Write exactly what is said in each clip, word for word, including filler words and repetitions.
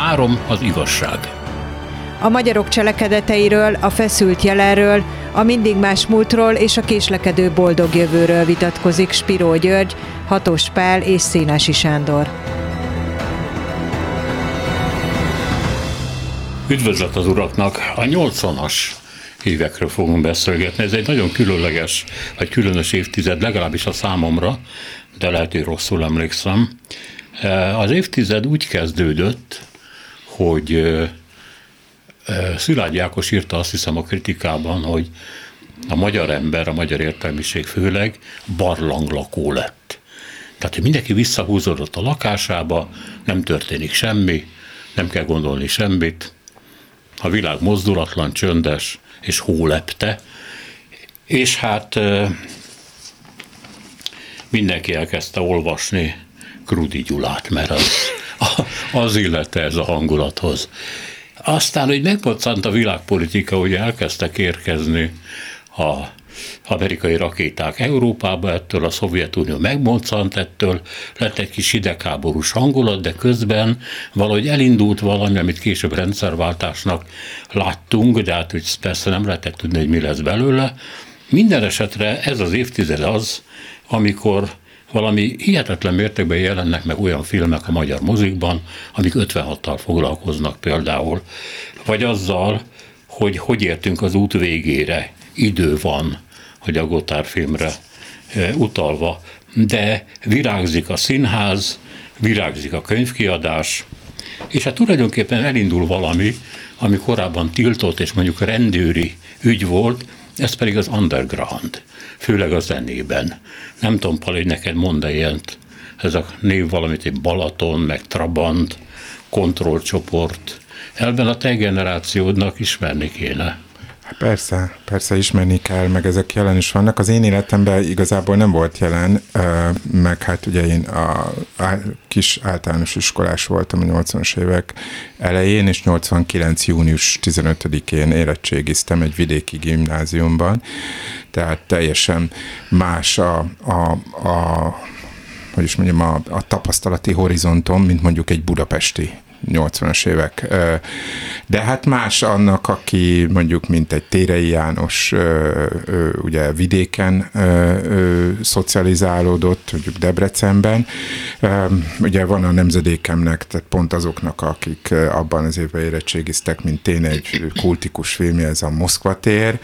Három az igazság. A magyarok cselekedeteiről, a feszült jelenről, a mindig más múltról és a késlekedő boldog jövőről vitatkozik Spiró György, Hatos Pál és Szénási Sándor. Üdvözlet az uraknak! A nyolcvanas évekről fogunk beszélgetni. Ez egy nagyon különleges, vagy különös évtized, legalábbis a számomra, de lehet, hogy rosszul emlékszem. Az évtized úgy kezdődött, hogy Szilágyi Ákos írta azt hiszem a kritikában, hogy a magyar ember, a magyar értelmiség főleg barlanglakó lett. Tehát, hogy mindenki visszahúzódott a lakásába, nem történik semmi, nem kell gondolni semmit, a világ mozdulatlan, csöndes és hólepte, és hát mindenki elkezdte olvasni Krudi Gyulát, mert az, az illette ez a hangulathoz. Aztán, hogy megmoccant a világpolitika, hogy elkezdtek érkezni a amerikai rakéták Európába, ettől a Szovjetunió megmoccant, ettől lett egy kis hidegháborús hangulat, de közben valahogy elindult valami, amit később rendszerváltásnak láttunk, de hát úgy persze nem lehetett tudni, hogy mi lesz belőle. Minden esetre ez az évtized az, amikor valami hihetetlen mértékben jelennek meg olyan filmek a magyar mozikban, amik ötvenhattal foglalkoznak például, vagy azzal, hogy hogy értünk az út végére, idő van, hogy a Gotthard filmre e, utalva, de virágzik a színház, virágzik a könyvkiadás, és hát tulajdonképpen elindul valami, ami korábban tiltott és mondjuk rendőri ügy volt, ez pedig az underground, főleg a zenében. Nem tudom, Pali, hogy neked mond-e ilyent, ez a név valamit, egy Balaton, meg Trabant, kontrollcsoport. Ebben a te generációdnak ismerni kéne. Persze, persze ismerni kell, meg ezek jelen is vannak. Az én életemben igazából nem volt jelen, meg hát ugye én a kis általános iskolás voltam a nyolcvanas évek elején, és nyolcvankilenc június tizenötödikén érettségiztem egy vidéki gimnáziumban, tehát teljesen más a, a, a hogy is mondjam, a, a tapasztalati horizontom, mint mondjuk egy budapesti nyolcvanas évek. De hát más annak, aki mondjuk, mint egy Térei János, ugye vidéken szocializálódott, mondjuk Debrecenben. Ugye van a nemzedékemnek, tehát pont azoknak, akik abban az évben érettségiztek, mint én, egy kultikus filmje, ez a Moszkva tér.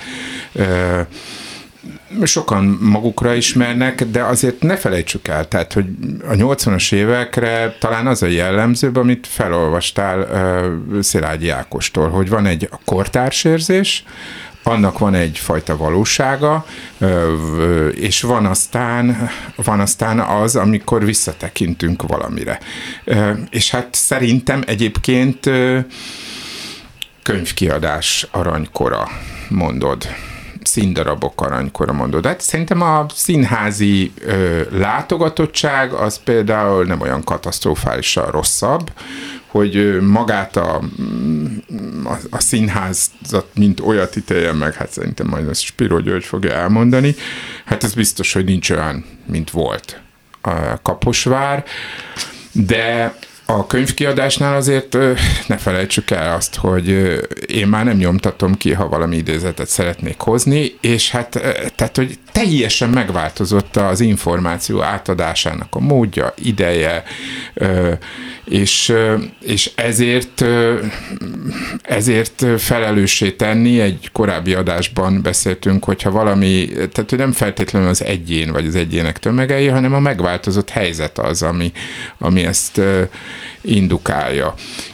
Sokan magukra ismernek, de azért ne felejtsük el, tehát, hogy a nyolcvanas évekre talán az a jellemzőbb, amit felolvastál uh, Szilágyi Ákostól, hogy van egy kortársérzés, annak van egyfajta valósága, uh, és van aztán, van aztán az, amikor visszatekintünk valamire. Uh, és hát szerintem egyébként uh, könyvkiadás aranykora, mondod. Színdarabok aranykora, mondod. Hát szerintem a színházi ö, látogatottság az például nem olyan katasztrofálisan rosszabb, hogy ö, magát a, a, a színházat mint olyat ítéljen meg, hát szerintem majd ezt Spiró György fogja elmondani. Hát ez biztos, hogy nincs olyan, mint volt a Kaposvár, de a könyvkiadásnál azért ne felejtsük el azt, hogy én már nem nyomtatom ki, ha valami idézetet szeretnék hozni, és hát tehát, hogy teljesen megváltozott az információ átadásának a módja, ideje, és, és ezért, ezért felelőssé tenni, egy korábbi adásban beszéltünk, hogyha valami, tehát hogy nem feltétlenül az egyén vagy az egyének tömegei, hanem a megváltozott helyzet az, ami, ami ezt indukálja.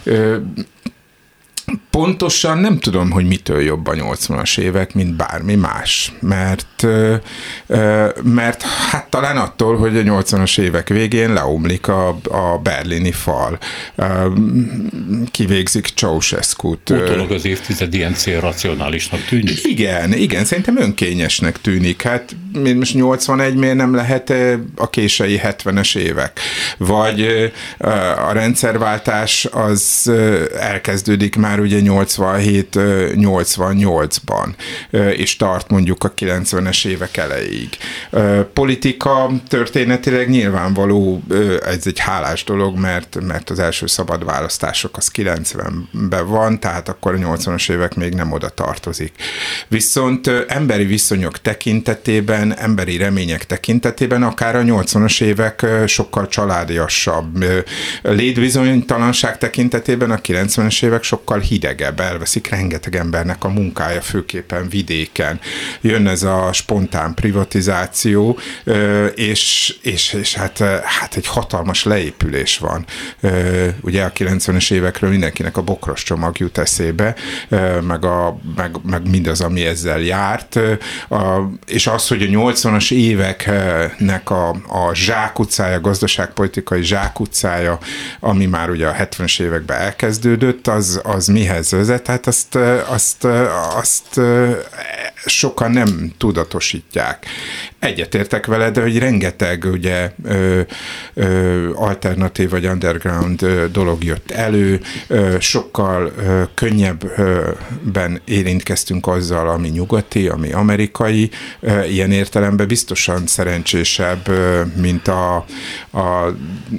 Pontosan nem tudom, hogy mitől jobb a nyolcvanas évek, mint bármi más, mert, mert hát talán attól, hogy a nyolcvanas évek végén leomlik a, a berlini fal, kivégzik Ceausescut. Utólag az évtized ilyen célracionálisnak tűnik? Igen, igen, szerintem önkényesnek tűnik. Hát most nyolcvanegy miért nem lehet a késői hetvenes évek? Vagy a rendszerváltás az elkezdődik már ugye nyolcvanhét nyolcvannyolcban, és tart mondjuk a kilencvenes évek elejéig. Politika történetileg nyilvánvaló, ez egy hálás dolog, mert, mert az első szabad választások az kilencvenben van, tehát akkor a nyolcvanas évek még nem oda tartozik. Viszont emberi viszonyok tekintetében, emberi remények tekintetében akár a nyolcvanas évek sokkal családiasabb. Létbizonytalanság tekintetében a kilencvenes évek sokkal hidegebb, elveszik rengeteg embernek a munkája, főképpen vidéken. Jön ez a spontán privatizáció, és, és, és hát, hát egy hatalmas leépülés van. Ugye a kilencvenes évekről mindenkinek a bokros csomag jut eszébe, meg, a, meg, meg mindaz, ami ezzel járt, és az, hogy a nyolcvanas éveknek a, a zsákutcája, gazdaságpolitikai zsákutcája, ami már ugye a hetvenes években elkezdődött, az, az mihez vezet? Hát azt, azt, azt sokan nem tudatosítják. Egyetértek veled, hogy rengeteg ugye ö, ö, alternatív vagy underground ö, dolog jött elő, ö, sokkal ö, könnyebben érintkeztünk azzal, ami nyugati, ami amerikai, ö, ilyen értelemben biztosan szerencsésebb, ö, mint a, a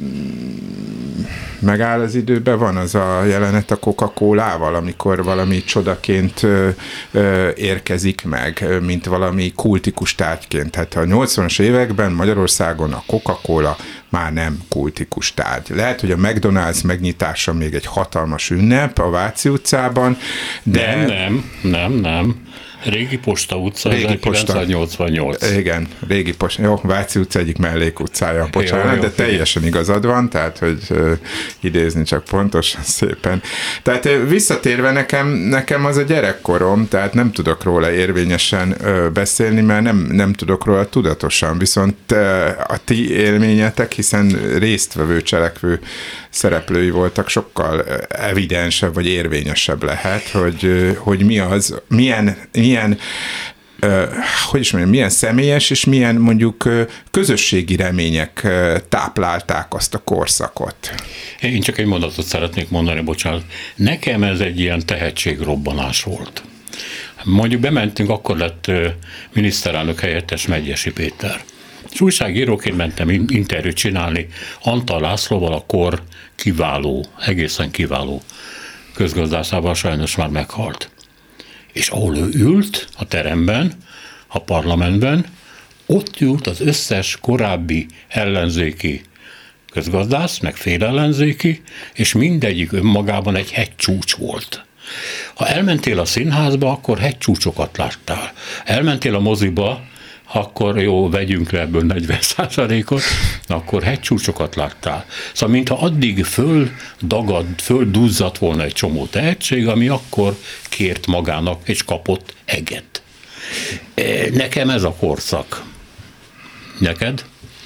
megáll az időben, van az a jelenet a Coca-Colával, amikor valami csodaként ö, ö, érkezik meg, mint valami kultikus tárgyként. Tehát a nyolcvanas években Magyarországon a Coca-Cola már nem kultikus tárgy. Lehet, hogy a McDonald's megnyitása még egy hatalmas ünnep a Váci utcában, de... Nem, nem, nem, nem. Régi Posta utca, régi ezerkilencszáznyolcvannyolc. Posta. Igen, régi Posta. Jó, Váci utca egyik mellékutcája, bocsánat, de teljesen igazad van, tehát, hogy uh, idézni csak pontosan szépen. Tehát uh, visszatérve nekem, nekem az a gyerekkorom, tehát nem tudok róla érvényesen uh, beszélni, mert nem, nem tudok róla tudatosan, viszont uh, a ti élményetek, hiszen résztvevő, cselekvő szereplői voltak, sokkal evidensebb vagy érvényesebb lehet, hogy, hogy mi az, milyen, milyen hogy is mondjam, milyen személyes és milyen mondjuk közösségi remények táplálták azt a korszakot. Én csak egy mondatot szeretnék mondani, bocsánat. Nekem ez egy ilyen tehetségrobbanás volt. Mondjuk bementünk, akkor lett miniszterelnök helyettes Medgyessy Péter. És újságíróként mentem interjút csinálni Antal Lászlóval, a kor kiváló, egészen kiváló közgazdászával, sajnos már meghalt. És ahol ő ült a teremben, a parlamentben, ott ült az összes korábbi ellenzéki közgazdász, meg félellenzéki, és mindegyik önmagában egy hegycsúcs volt. Ha elmentél a színházba, akkor hegycsúcsokat láttál. Elmentél a moziba, akkor jó, vegyünk le ebből negyven százalékot, akkor hegycsúcsokat láttál. Szóval mintha addig földagad, földuzzadt volna egy csomó tehetség, ami akkor kért magának és kapott eget. Nekem ez a korszak. Neked?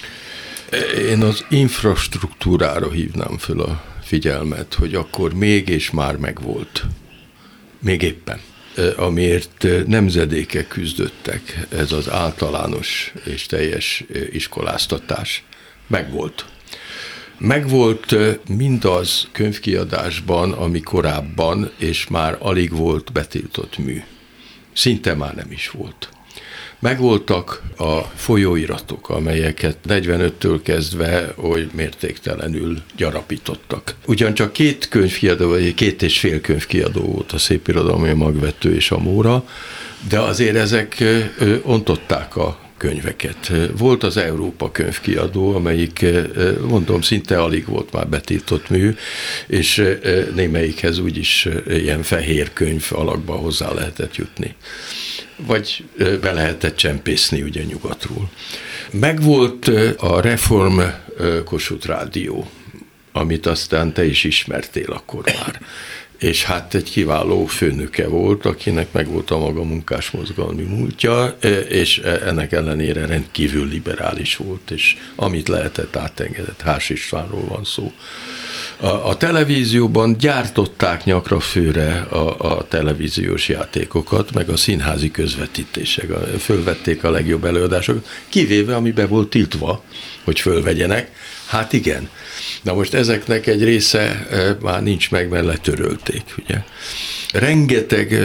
Én az infrastruktúrára hívnám föl a figyelmet, hogy akkor még és már megvolt. Még éppen. Amiért nemzedékek küzdöttek, ez az általános és teljes iskoláztatás, megvolt. Megvolt mindaz könyvkiadásban, ami korábban, és már alig volt betiltott mű. Szinte már nem is volt. Megvoltak a folyóiratok, amelyeket negyvenöttől kezdve oly mértéktelenül gyarapítottak. Ugyancsak két könyvkiadó, vagy két és fél könyvkiadó volt a Szépirodalmi, a Magvető és a Móra, de azért ezek ontották a könyveket. Volt az Európa könyvkiadó, amelyik, mondom, szinte alig volt már betiltott mű, és némelyikhez úgyis ilyen fehér könyv alakba hozzá lehetett jutni. Vagy be lehetett csempészni ugye nyugatról. Megvolt a Reform Kossuth Rádió, amit aztán te is ismertél akkor már. És hát egy kiváló főnöke volt, akinek megvolt a maga munkásmozgalmi múltja, és ennek ellenére rendkívül liberális volt, és amit lehetett átengedett. Hárs Istvánról van szó. A, a televízióban gyártották nyakra főre a, a televíziós játékokat, meg a színházi közvetítések. Fölvették a legjobb előadásokat, kivéve, ami be volt tiltva, hogy fölvegyenek. Hát igen. Na most ezeknek egy része már nincs meg, mert letörölték, ugye. Rengeteg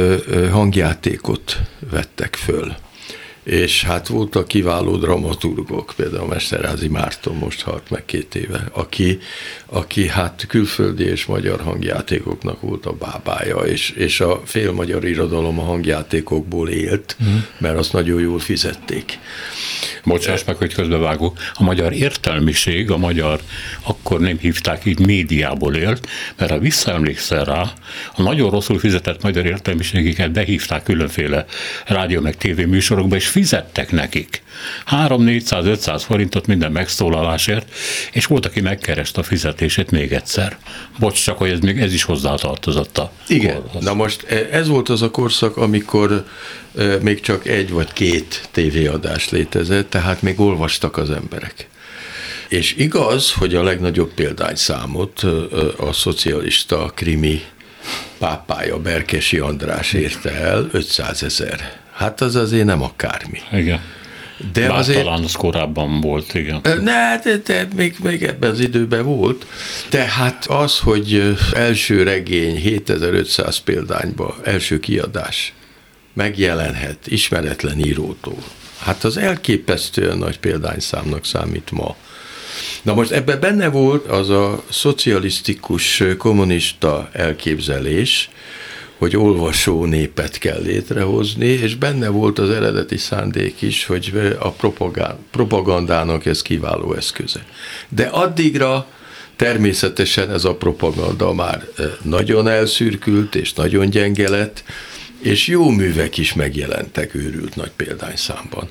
hangjátékot vettek föl. És hát voltak kiváló dramaturgok, például Mesterházy Márton most halt meg két éve, aki, aki hát külföldi és magyar hangjátékoknak volt a bábája, és, és a félmagyar irodalom a hangjátékokból élt, mm. mert azt nagyon jól fizették. Bocsáss meg, hogy közbevágok. A magyar értelmiség, a magyar, akkor nem hívták így, médiából élt, mert ha visszaemlékszel rá, a nagyon rosszul fizetett magyar értelmiségiket behívták különféle rádió meg tévéműsorokba, és fizettek nekik. három, négyszáz, ötszáz forintot minden megszólalásért, és volt, aki megkereste a fizetését még egyszer. Bocs, csak hogy ez, még ez is hozzátartozott a Igen, korhoz. Na most ez volt az a korszak, amikor még csak egy vagy két tévéadás létezett, tehát még olvastak az emberek. És igaz, hogy a legnagyobb példányszámot a szocialista krimi pápája Berkesi András érte el, ötszázezer. Hát az azért nem akármi. Igen. De Bár azért, talán az korábban volt, igen. Ne, de, de még, még ebben az időben volt. Tehát az, hogy első regény hétezer-ötszáz példányba, első kiadás megjelenhet ismeretlen írótól, hát az elképesztően nagy példányszámnak számít ma. Na most ebben benne volt az a szocialisztikus, kommunista elképzelés, hogy olvasó népet kell létrehozni, és benne volt az eredeti szándék is, hogy a propagandának ez kiváló eszköze. De addigra természetesen ez a propaganda már nagyon elszürkült, és nagyon gyenge lett, és jó művek is megjelentek őrült nagy példányszámban.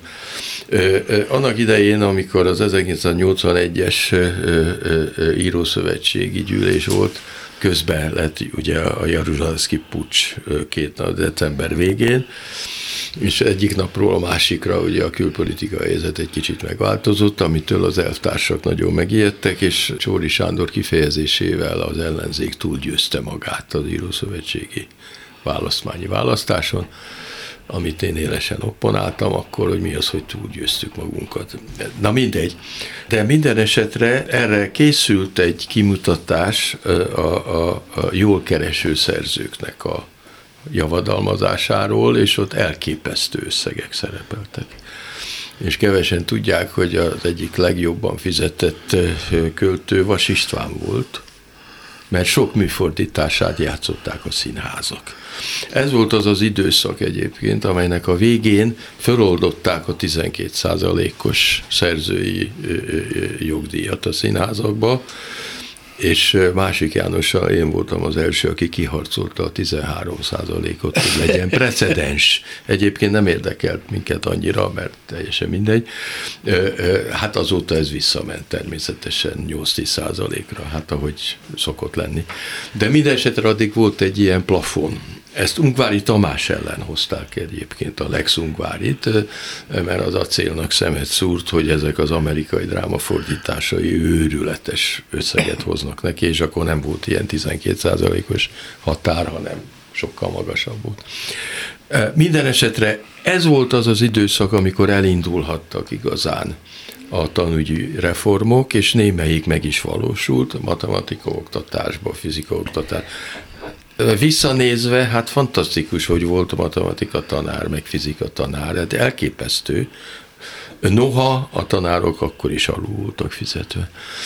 Annak idején, amikor az ezerkilencszáznyolcvanegyes írószövetségi gyűlés volt, közben lett ugye a Jaruzelszky puccs két nap december végén, és egyik napról a másikra ugye a külpolitikai helyzet egy kicsit megváltozott, amitől az elvtársak nagyon megijedtek, és Csordi Sándor kifejezésével az ellenzék túlgyőzte magát az írószövetségi választmányi választáson, amit én élesen opponáltam akkor, hogy mi az, hogy túlgyőztük magunkat. Na mindegy. De minden esetre erre készült egy kimutatás a, a, a jól kereső szerzőknek a javadalmazásáról, és ott elképesztő összegek szerepeltek. És kevesen tudják, hogy az egyik legjobban fizetett költő Vas István volt, mert sok műfordítását játszották a színházak. Ez volt az az időszak egyébként, amelynek a végén feloldották a tizenkét százalékos szerzői jogdíjat a színházakba, és Másik Jánossal én voltam az első, aki kiharcolta a tizenhárom százalékot, hogy legyen precedens. Egyébként nem érdekelt minket annyira, mert teljesen mindegy. Hát azóta ez visszament természetesen nyolc-tíz százalékra, hát ahogy szokott lenni. De minden esetre addig volt egy ilyen plafon. Ezt Ungvári Tamás ellen hozták egyébként, a Lex Ungvárit, mert az acélnak szemet szúrt, hogy ezek az amerikai drámafordításai őrületes összeget hoznak neki, és akkor nem volt ilyen tizenkét százalékos határ, hanem sokkal magasabb volt. Minden esetre ez volt az az időszak, amikor elindulhattak igazán a tanügyi reformok, és némelyik meg is valósult, matematika oktatásba, fizika oktatás. Visszanézve, hát fantasztikus, hogy volt a matematika tanár, meg fizika tanár, de elképesztő. Noha a tanárok akkor is alul voltak fizetve.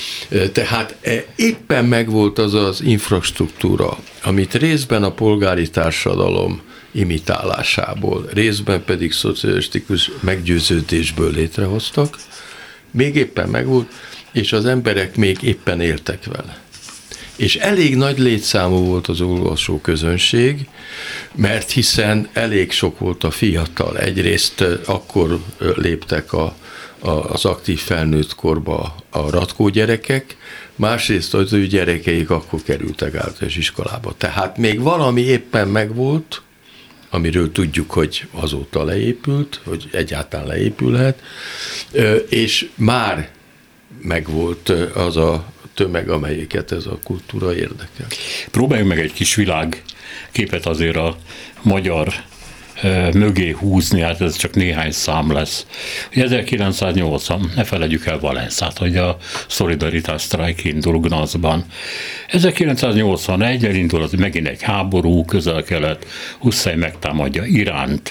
Tehát éppen megvolt az az infrastruktúra, amit részben a polgári társadalom imitálásából, részben pedig szocialisztikus meggyőződésből létrehoztak, még éppen megvolt, és az emberek még éppen éltek vele. És elég nagy létszámú volt az olvasó közönség, mert hiszen elég sok volt a fiatal. Egyrészt akkor léptek a, a, az aktív felnőtt korba a ratkó gyerekek, másrészt az ő gyerekeik akkor kerültek általános iskolába. Tehát még valami éppen megvolt, amiről tudjuk, hogy azóta leépült, hogy egyáltalán leépülhet, és már megvolt az a tömeg, amelyiket ez a kultúra érdekel. Próbáljunk meg egy kis világképet azért a magyar e, mögé húzni, hát ez csak néhány szám lesz. ezerkilencszáznyolcvan, ne felejtjük el Valenszát, hogy a szolidaritás sztrájk indul Gnaszban. ezerkilencszáznyolcvanegy elindul az megint egy háború, Közel-Kelet, Hussein megtámadja Iránt.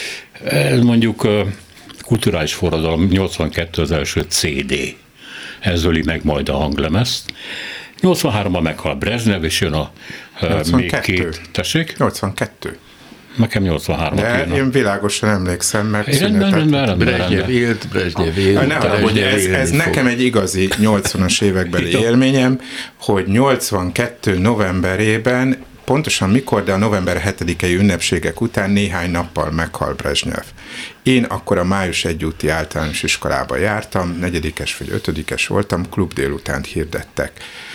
Ez mondjuk kulturális forradalom, nyolcvankettő az első cé dé. Ez öli meg majd a hanglemezt. nyolcvanháromban meghal Brezsnyev, és jön a nyolcvankettő. még két... Tessék? nyolcvankettő. Nekem nyolcvanhárom. De jön. én világosan emlékszem, mert született. Brezsnyev élt, Brezsnyev élt. Ne haragudj, ez, ez nekem egy igazi nyolcvanas évekbeli élményem, hogy nyolcvankettő novemberében, pontosan mikor, de a november hetedikei ünnepségek után néhány nappal meghal Brezsnyev. Én akkor a május egy úti általános iskolába jártam, negyedikes vagy ötödikes voltam, klub délutánt hirdettek.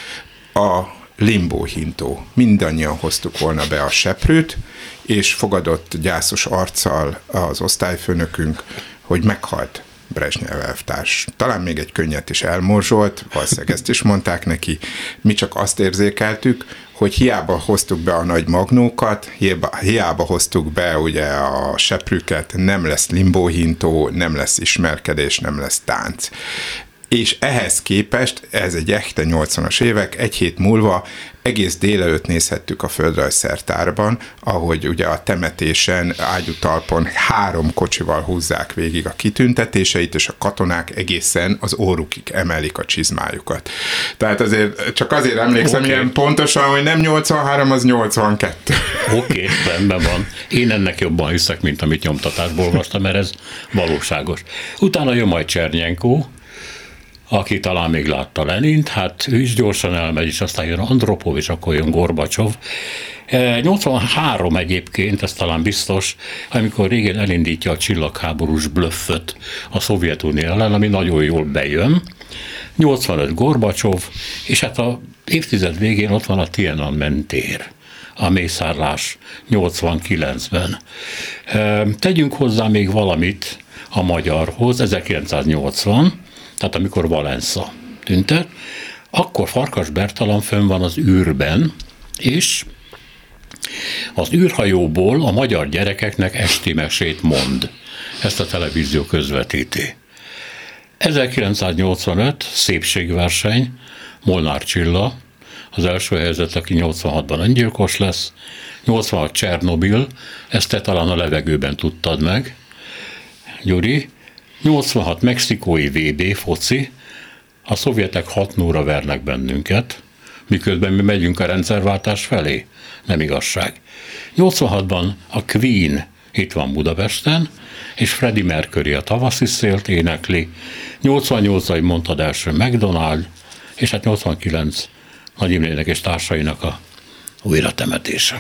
A limbóhintó. Mindannyian hoztuk volna be a seprűt, és fogadott gyászos arccal az osztályfőnökünk, hogy meghalt Brezsnyev elvtárs. Talán még egy könnyet is elmorzsolt, valószínűleg ezt is mondták neki. Mi csak azt érzékeltük, hogy hiába hoztuk be a nagy magnókat, hiába, hiába hoztuk be ugye a seprűket, nem lesz limbóhintó, nem lesz ismerkedés, nem lesz tánc. És ehhez képest, ez egy echte nyolcvanas évek, egy hét múlva egész délelőtt nézhettük a földrajzszertárban, ahogy ugye a temetésen, ágyútalpon három kocsival húzzák végig a kitüntetéseit, és a katonák egészen az órukig emelik a csizmájukat. Tehát azért csak azért emlékszem okay. ilyen pontosan, hogy nem nyolcvanhárom, az nyolcvankettő. Oké, okay, rendben van. Én ennek jobban hiszek, mint amit nyomtatásból olvastam, mert ez valóságos. Utána jön majd Csernyenko, aki talán még látta Lenint, hát ő is gyorsan elmegy, és aztán jön Andropov, és akkor jön Gorbacsov. nyolcvanhárom egyébként, ez talán biztos, amikor régen elindítja a csillagháborús blöfföt a Szovjetunió ellen, ami nagyon jól bejön. nyolcvanöt Gorbacsov, és hát a évtized végén ott van a Tiananmen tér, a mészárlás nyolcvankilencben. Tegyünk hozzá még valamit a magyarhoz, ezerkilencszáznyolcvan, tehát amikor Valensza tüntet, akkor Farkas Bertalan fönn van az űrben, és az űrhajóból a magyar gyerekeknek esti mesét mond. Ezt a televízió közvetíti. ezerkilencszáznyolcvanöt szépségverseny, Molnár Csilla, az első helyzet, aki nyolcvanhatban öngyilkos lesz, nyolcvanhat Csernobil, ezt te talán a levegőben tudtad meg, Gyuri, nyolcvanhat mexikói vé bé foci, a szovjetek hat nullra vernek bennünket, miközben mi megyünk a rendszerváltás felé. Nem igazság. nyolcvanhatban a Queen itt van Budapesten, és Freddie Mercury a Tavaszi szélt énekli, nyolcvannyolc, ahogy mondtad, első McDonald, és hát nyolcvankilenc Nagy Imrének és társainak a újratemetése.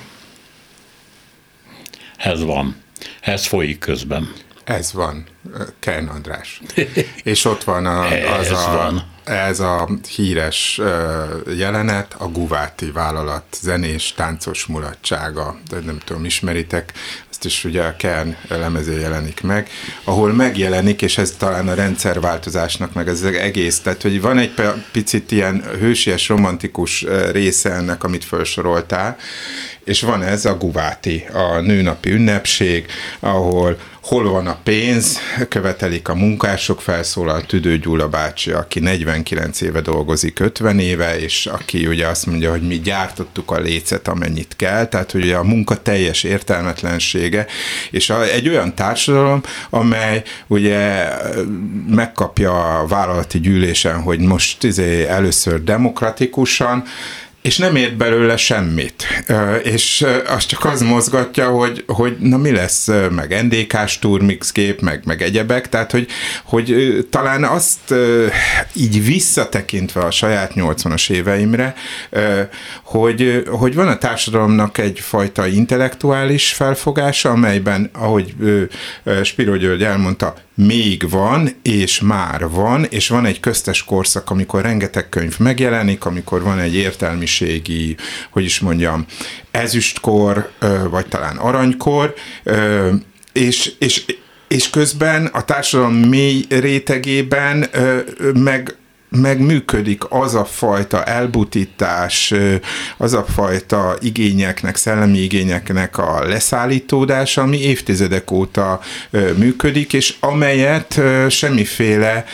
Ez van. Ez folyik közben. Ez van, Kern András. És ott van a, az ez, a, van. ez a híres jelenet, a Guváti vállalat zenés, táncos mulatsága, de nem tudom, ismeritek, ezt is ugye a Kern lemezén jelenik meg, ahol megjelenik, és ez talán a rendszerváltozásnak meg ez egész, tehát hogy van egy picit ilyen hősies, romantikus része ennek, amit felsoroltál, és van ez a Guváti, a nőnapi ünnepség, ahol hol van a pénz, követelik a munkások, felszólal Tüdő Gyula bácsi, aki negyvenkilenc éve dolgozik, ötven éve, és aki ugye azt mondja, hogy mi gyártottuk a lécet, amennyit kell, tehát hogy a munka teljes értelmetlensége, és egy olyan társadalom, amely ugye megkapja a vállalati gyűlésen, hogy most izé először demokratikusan, és nem ért belőle semmit. És az csak az mozgatja, hogy, hogy na mi lesz, meg en dé ká-s turmixgép, meg, meg egyebek, tehát hogy, hogy talán azt így visszatekintve a saját nyolcvanas éveimre, hogy, hogy van a társadalomnak egyfajta intellektuális felfogása, amelyben, ahogy Spiro György elmondta, még van, és már van, és van egy köztes korszak, amikor rengeteg könyv megjelenik, amikor van egy értelmiségi, hogy is mondjam, ezüstkor, vagy talán aranykor, és, és, és közben a társadalom mély rétegében meg meg működik az a fajta elbutítás, az a fajta igényeknek, szellemi igényeknek a leszállítódása, ami évtizedek óta működik, és amelyet semmiféle,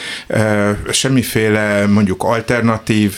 semmiféle mondjuk alternatív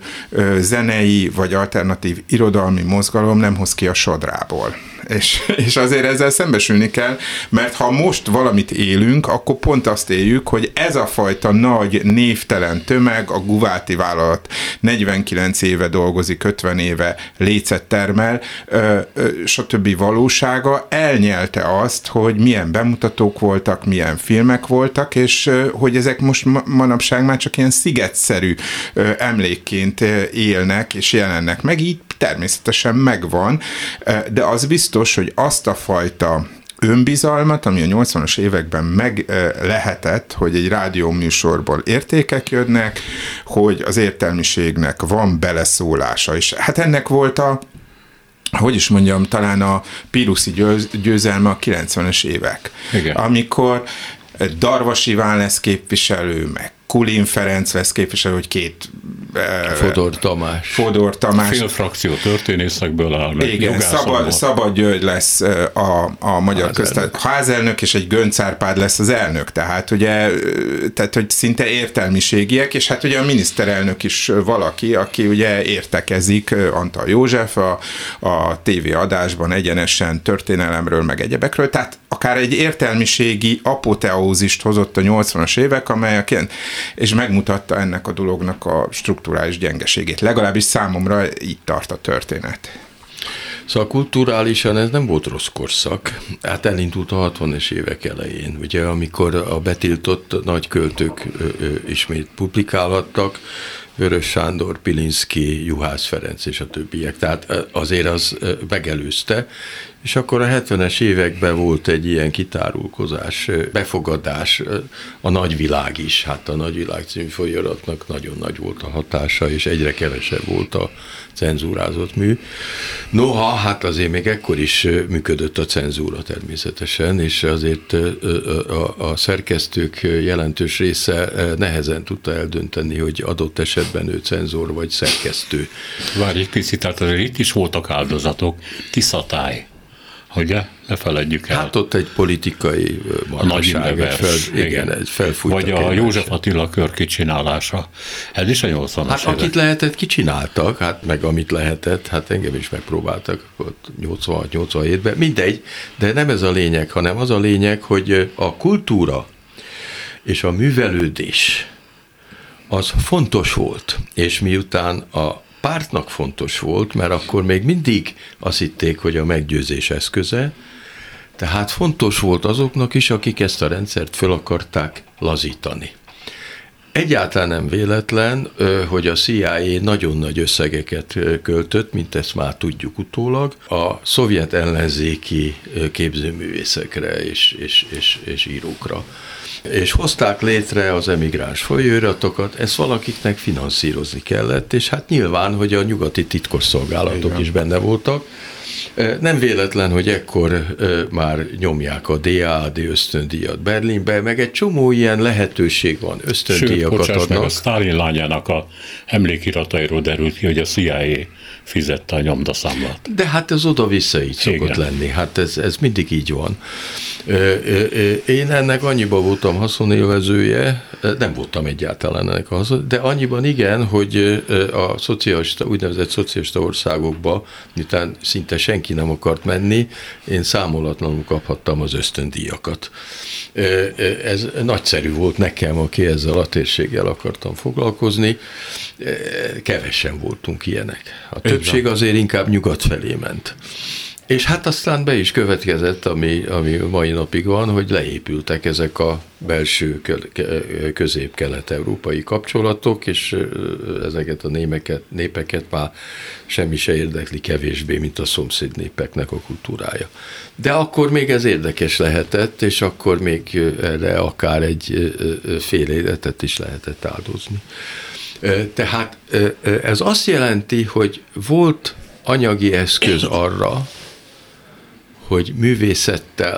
zenei vagy alternatív irodalmi mozgalom nem hoz ki a sodrából. És, és azért ezzel szembesülni kell, mert ha most valamit élünk, akkor pont azt éljük, hogy ez a fajta nagy névtelen tömeg, a Guváti vállalat negyvenkilenc éve dolgozik, ötven éve lécet termel, ö, ö, stb. Valósága elnyelte azt, hogy milyen bemutatók voltak, milyen filmek voltak, és ö, hogy ezek most ma- manapság már csak ilyen szigetszerű ö, emlékként élnek és jelennek meg, így természetesen megvan, de az biztos, hogy azt a fajta önbizalmat, ami a nyolcvanas években meg lehetett, hogy egy rádióműsorból értékek jönnek, hogy az értelmiségnek van beleszólása, és hát ennek volt a hogy is mondjam, talán a píruszi győzelme a kilencvenes évek. Igen. Amikor Darvas Iván lesz képviselő, meg Kulin Ferenc lesz képviselő, hogy két Fodor Tamás. Fodor Tamás. Fél frakció történészekből áll. Igen, Szabad, Szabad György lesz a, a magyar köztársaság házelnök, és egy Göncz Árpád lesz az elnök. Tehát ugye, tehát, hogy szinte értelmiségiek, és hát ugye a miniszterelnök is valaki, aki ugye értekezik Antal József a, a tévéadásban egyenesen történelemről, meg egyebekről. Tehát akár egy értelmiségi apoteózist hozott a nyolcvanas évek, amely a és megmutatta ennek a dolognak a strukturális gyengeségét. Legalábbis számomra így tart a történet. Szóval kulturálisan ez nem volt rossz korszak. Hát elindult a hatvanas évek elején, ugye, amikor a betiltott nagy költők ö, ö, ismét publikálhattak, Vörös Sándor, Pilinszky, Juhász Ferenc és a többiek. Tehát azért az megelőzte, és akkor a hetvenes években volt egy ilyen kitárulkozás, befogadás, a nagyvilág is, hát a Nagyvilág című folyamatnak nagyon nagy volt a hatása, és egyre kevesebb volt a cenzúrázott mű. Noha, hát azért még ekkor is működött a cenzúra természetesen, és azért a, a szerkesztők jelentős része nehezen tudta eldönteni, hogy adott esetben ő cenzor vagy szerkesztő. Várj egy picit, tehát azért itt is voltak áldozatok. Tiszatály. Ugye? Ne feledjük el. Hát ott egy politikai marhaság, egy, fel, igen, egy felfújtak. Vagy a József Attila kör kicsinálása. Ez is a nyolcvanas Hát akit lehetett, kicsináltak, hát meg amit lehetett, hát engem is megpróbáltak nyolcvanhat nyolcvanhétben, mindegy, de nem ez a lényeg, hanem az a lényeg, hogy a kultúra és a művelődés az fontos volt, és miután a pártnak fontos volt, mert akkor még mindig azt hitték, hogy a meggyőzés eszköze, tehát fontos volt azoknak is, akik ezt a rendszert föl akarták lazítani. Egyáltalán nem véletlen, hogy a C I A nagyon nagy összegeket költött, mint ezt már tudjuk utólag, a szovjet ellenzéki képzőművészekre és, és, és, és írókra. És hozták létre az emigráns folyóiratokat, ezt valakiknek finanszírozni kellett, és hát nyilván, hogy a nyugati titkosszolgálatok Igen. is benne voltak. Nem véletlen, hogy ekkor már nyomják a dé á dé ösztöndíjat Berlinbe, meg egy csomó ilyen lehetőség van, ösztöndíjakat adnak. Meg a Sztálin lányának a emlékiratairól derült ki, hogy a C I A fizette a nyomdaszámlát. De hát ez oda-vissza így szokott Igen. lenni, hát ez, ez mindig így van. Én ennek annyiban voltam haszonélvezője, nem voltam egyáltalán ennek a haszon, de annyiban igen, hogy a szocialista, úgynevezett szocialista országokba, miután szinte senki nem akart menni, én számolatlanul kaphattam az ösztöndíjakat. Ez nagyszerű volt nekem, aki ezzel a térséggel akartam foglalkozni. Kevesen voltunk ilyenek. A többség azért inkább nyugat felé ment. És hát aztán be is következett, ami, ami mai napig van, hogy leépültek ezek a belső közép-kelet-európai kapcsolatok, és ezeket a némeket, népeket már semmi se érdekli kevésbé, mint a szomszéd népeknek a kultúrája. De akkor még ez érdekes lehetett, és akkor még erre akár egy fél életet is lehetett áldozni. Tehát ez azt jelenti, hogy volt anyagi eszköz arra, hogy művészettel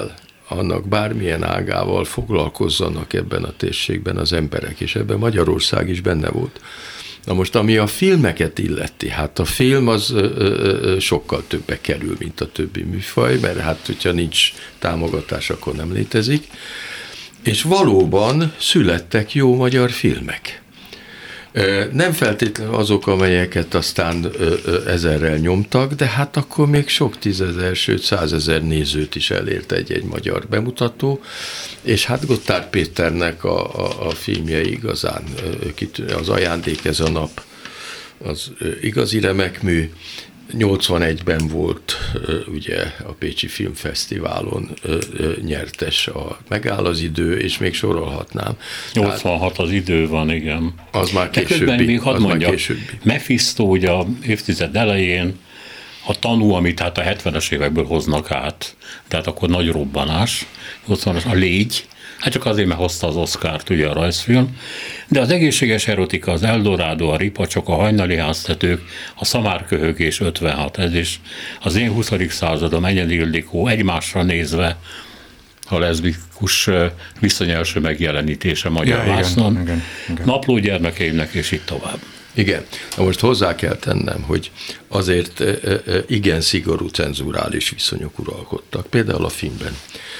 annak bármilyen ágával foglalkozzanak ebben a térségben az emberek, és ebben Magyarország is benne volt. Na most, ami a filmeket illeti, hát a film az ö, ö, sokkal többe kerül, mint a többi műfaj, mert hát, hogyha nincs támogatás, akkor nem létezik. És valóban születtek jó magyar filmek. Nem feltétlenül azok, amelyeket aztán ezerrel nyomtak, de hát akkor még sok tízezer, sőt százezer nézőt is elért egy-egy magyar bemutató, és hát Gotthárd Péternek a, a, a filmjei igazán, az Ajándék ez a nap, az igazi remek mű. nyolcvanegyben volt ugye a Pécsi Filmfesztiválon nyertes a Megáll az idő, és még sorolhatnám. nyolcvanhat az idő van, igen. Az már későbbi. De még hadd mondjak, Mephisto ugye a évtized elején, a Tanú, amit hát a hetvenes évekből hoznak át, tehát akkor nagy robbanás, nyolcvanas, a Légy, hát csak azért, mert hozta az Oscart, ugye a rajzfilm, de az egészséges erotika, az Eldorado, a Ripacsok, a hajnali háztetők, a Szamárköhög és ötvenhat, ez is az én huszadik századom, Enyedi Ildikó, egymásra nézve a leszbikus viszony első megjelenítése magyar ja, vásznon, igen, igen. Napló gyermekeimnek, és itt tovább. Igen. Na most hozzá kell tennem, hogy azért igen szigorú cenzúrális viszonyok uralkodtak, például a filmben.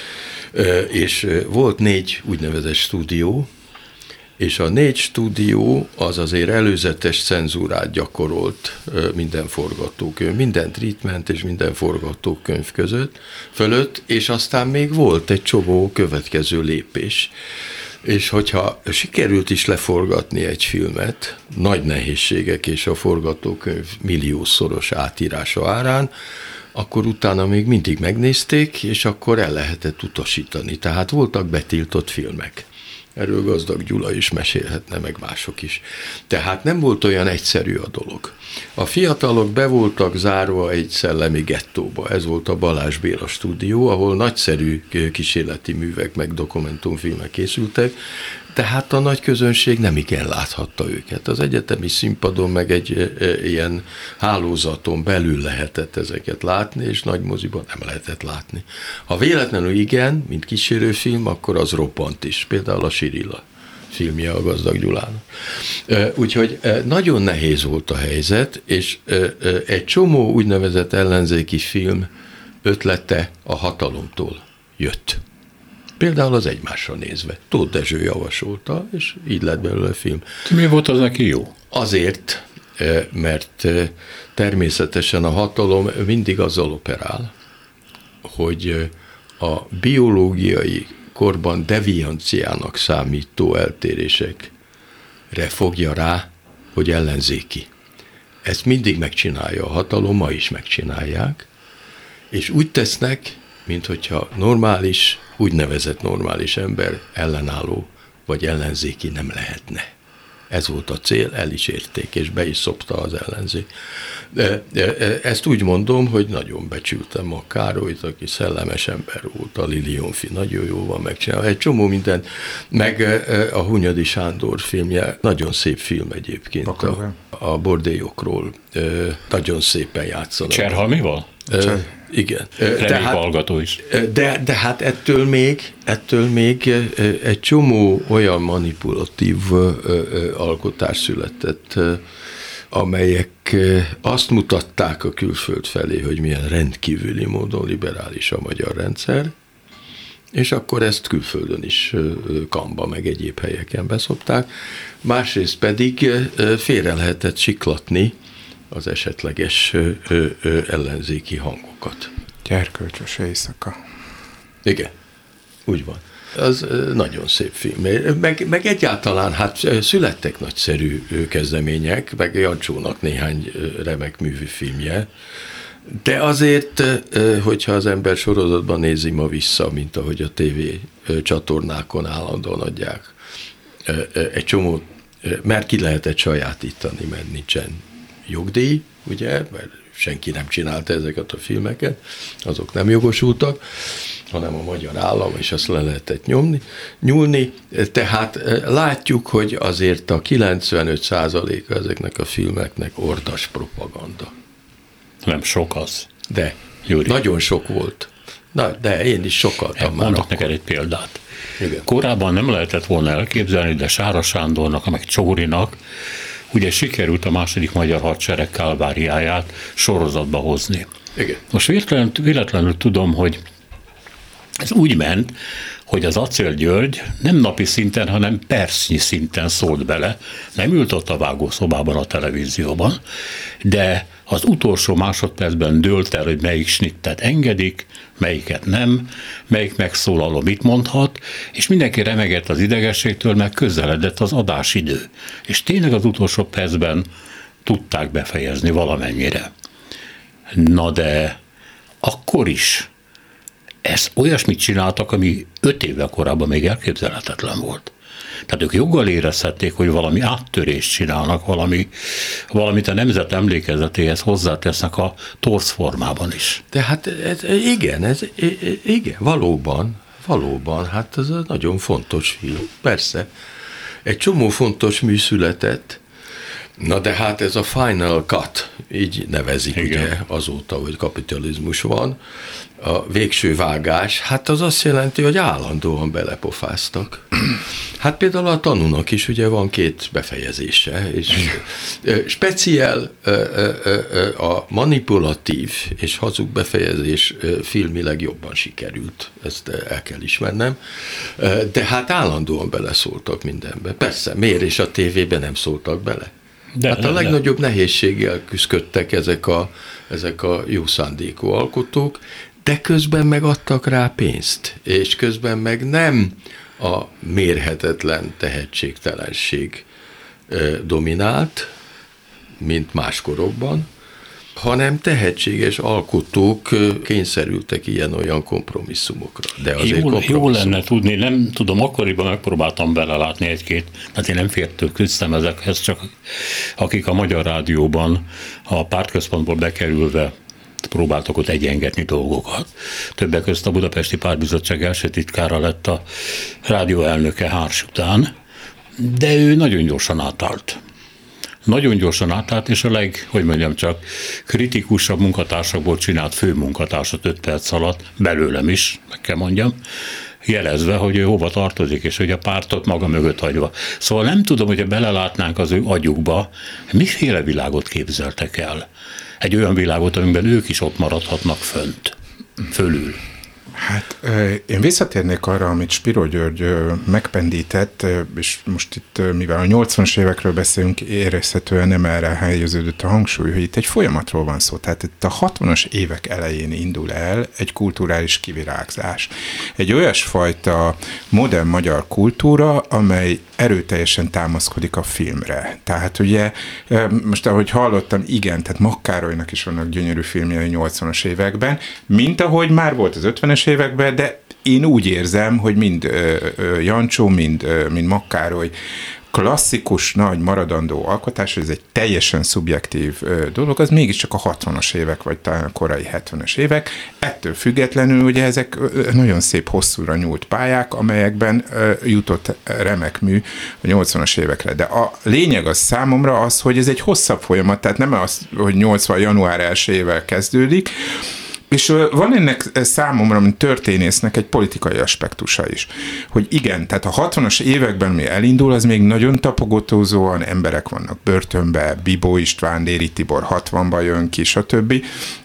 És volt négy úgynevezett stúdió, és a négy stúdió az azért előzetes cenzúrát gyakorolt minden forgatókönyv, minden treatment és minden forgatókönyv között, fölött, és aztán még volt egy csomó következő lépés. És hogyha sikerült is leforgatni egy filmet, nagy nehézségek és a forgatókönyv milliószoros átírása árán, akkor utána még mindig megnézték, és akkor el lehetett utasítani. Tehát voltak betiltott filmek. Erről Gazdag Gyula is mesélhetne, meg mások is. Tehát nem volt olyan egyszerű a dolog. A fiatalok be voltak zárva egy szellemi gettóba. Ez volt a Balázs Béla stúdió, ahol nagyszerű kísérleti művek, meg dokumentumfilmek készültek, tehát a nagy közönség nem igen láthatta őket. Az egyetemi színpadon meg egy e, e, ilyen hálózaton belül lehetett ezeket látni, és nagy moziban nem lehetett látni. Ha véletlenül igen, mint kísérőfilm, akkor az robbant is. Például a Sirilla filmje a Gazdag Gyulának. E, úgyhogy e, nagyon nehéz volt a helyzet, és e, e, egy csomó úgynevezett ellenzéki film ötlete a hatalomtól jött. Például az Egymásra nézve. Tóth Dezső javasolta, és így lett belőle a film. Mi volt az neki jó? Azért, mert természetesen a hatalom mindig azzal operál, hogy a biológiai korban devianciának számító eltérésekre fogja rá, hogy ellenzéki. Ezt mindig megcsinálja a hatalom, ma is megcsinálják, és úgy tesznek, mint hogyha normális, úgynevezett normális ember ellenálló vagy ellenzéki nem lehetne. Ez volt a cél, el is érték, és be is szopta az ellenzék. De, de ezt úgy mondom, hogy nagyon becsültem a Károlyt, aki szellemes ember volt, a Lili Jonfi nagyon jó van megcsinálva. Egy csomó minden, meg a Hunyadi Sándor filmje, nagyon szép film egyébként, a, a bordélyokról, nagyon szépen játszanak. Cserhalmival? Cser. Igen. Remény hallgató is. De, de hát ettől még, ettől még egy csomó olyan manipulatív alkotás született, amelyek azt mutatták a külföld felé, hogy milyen rendkívüli módon liberális a magyar rendszer, és akkor ezt külföldön is Kamba meg egyéb helyeken beszopták. Másrészt pedig félre lehetett siklatni az esetleges ö, ö, ö, ellenzéki hangokat. Gyerkölcsös éjszaka. Igen, úgy van. Az nagyon szép film. Meg, meg egyáltalán hát születtek nagyszerű kezdemények, meg Jancsónak néhány remek művű filmje, de azért, hogyha az ember sorozatban nézi ma vissza, mint ahogy a tévé csatornákon állandóan adják, egy csomó, mert ki lehetett sajátítani, mert nincsen jogdíj, ugye, mert senki nem csinálta ezeket a filmeket, azok nem jogosultak, hanem a magyar állam, és azt le lehetett nyomni, nyúlni. Tehát látjuk, hogy azért a kilencvenöt százaléka ezeknek a filmeknek ordas propaganda. Nem sok az. De Gyuri. Nagyon sok volt. Na, de én is sokaltam már. Mondok neked egy példát. Igen. Korábban nem lehetett volna elképzelni, de Sára Sándornak, meg Csórinak ugye sikerült a második magyar hadsereg kálváriáját sorozatba hozni. Igen. Most véletlenül, véletlenül tudom, hogy ez úgy ment, hogy az Acél György nem napi szinten, hanem percnyi szinten szólt bele, nem ült ott a vágószobában a televízióban, de az utolsó másodpercben dőlt el, hogy melyik snittet engedik, melyiket nem, melyik megszólaló mit mondhat, és mindenki remegett az idegességtől, mert közeledett az adásidő. És tényleg az utolsó percben tudták befejezni valamennyire. Na de akkor is ezt olyasmit csináltak, ami öt évvel korábban még elképzelhetetlen volt. Tehát ők joggal érezhették, hogy valami áttörést csinálnak, valami, valamit a nemzet emlékezetéhez hozzátesznek a torz formában is. De hát ez, igen, ez, igen, valóban, valóban, hát ez nagyon fontos film, persze. Egy csomó fontos mű született, na de hát ez a Final Cut, így nevezik igen. Ugye azóta, hogy kapitalizmus van, a végső vágás, hát az azt jelenti, hogy állandóan belepofáztak. Hát például a Tanúnak is ugye van két befejezése, és speciál a manipulatív és hazug befejezés filmileg jobban sikerült, ezt el kell ismernem, de hát állandóan beleszóltak mindenbe. Persze, miért is a tévében nem szóltak bele? De, hát a legnagyobb de. nehézséggel küzdöttek ezek a, ezek a jó szándékú alkotók, de közben meg adtak rá pénzt, és közben meg nem a mérhetetlen tehetségtelenség dominált, mint más korokban, hanem tehetséges alkotók kényszerültek ilyen-olyan kompromisszumokra. De azért jó, kompromisszum. Jó lenne tudni, nem tudom, akkoriban megpróbáltam belelátni egy-két, hát én nem fértől küzdtem ezekhez, csak akik a Magyar Rádióban a pártközpontból bekerülve próbáltak ott egyengetni dolgokat. Többek között a Budapesti Pártbizottság első titkára lett a rádió elnöke Hárs után, de ő nagyon gyorsan átállt. Nagyon gyorsan átállt, és a leg, hogy mondjam csak, kritikusabb munkatársakból csinált főmunkatársat öt perc alatt, belőlem is, meg kell mondjam, jelezve, hogy ő hova tartozik, és hogy a pártot maga mögött hagyva. Szóval nem tudom, hogyha belelátnánk az ő agyukba, miféle világot képzeltek el. Egy olyan világot, amiben ők is ott maradhatnak fönt, fölül. Hát én visszatérnék arra, amit Spiro György megpendített, és most itt, mivel a nyolcvanas évekről beszélünk, érezhetően nem erre helyeződött a hangsúly, hogy itt egy folyamatról van szó. Tehát itt a hatvanas évek elején indul el egy kulturális kivirágzás. Egy olyasfajta modern magyar kultúra, amely erőteljesen támaszkodik a filmre. Tehát ugye, most ahogy hallottam, igen, tehát Makkárolynak is vannak gyönyörű filmjei a nyolcvanas években, mint ahogy már volt az ötvenes években, de én úgy érzem, hogy mind ö, ö, Jancsó, mind, ö, mind Makkároly klasszikus, nagy, maradandó alkotás, ez egy teljesen szubjektív ö, dolog, az mégiscsak a hatvanas évek, vagy talán a korai hetvenes évek. Ettől függetlenül ugye ezek ö, nagyon szép, hosszúra nyúlt pályák, amelyekben ö, jutott remek mű a nyolcvanas évekre. De a lényeg az számomra az, hogy ez egy hosszabb folyamat, tehát nem az, hogy nyolcvan január elsejével kezdődik, és van ennek számomra, mint történésznek egy politikai aspektusa is. Hogy igen, tehát a hatvanas években, mi elindul, az még nagyon tapogatózóan, emberek vannak börtönbe, Bibó István, Déri Tibor hatvanban jön ki, stb.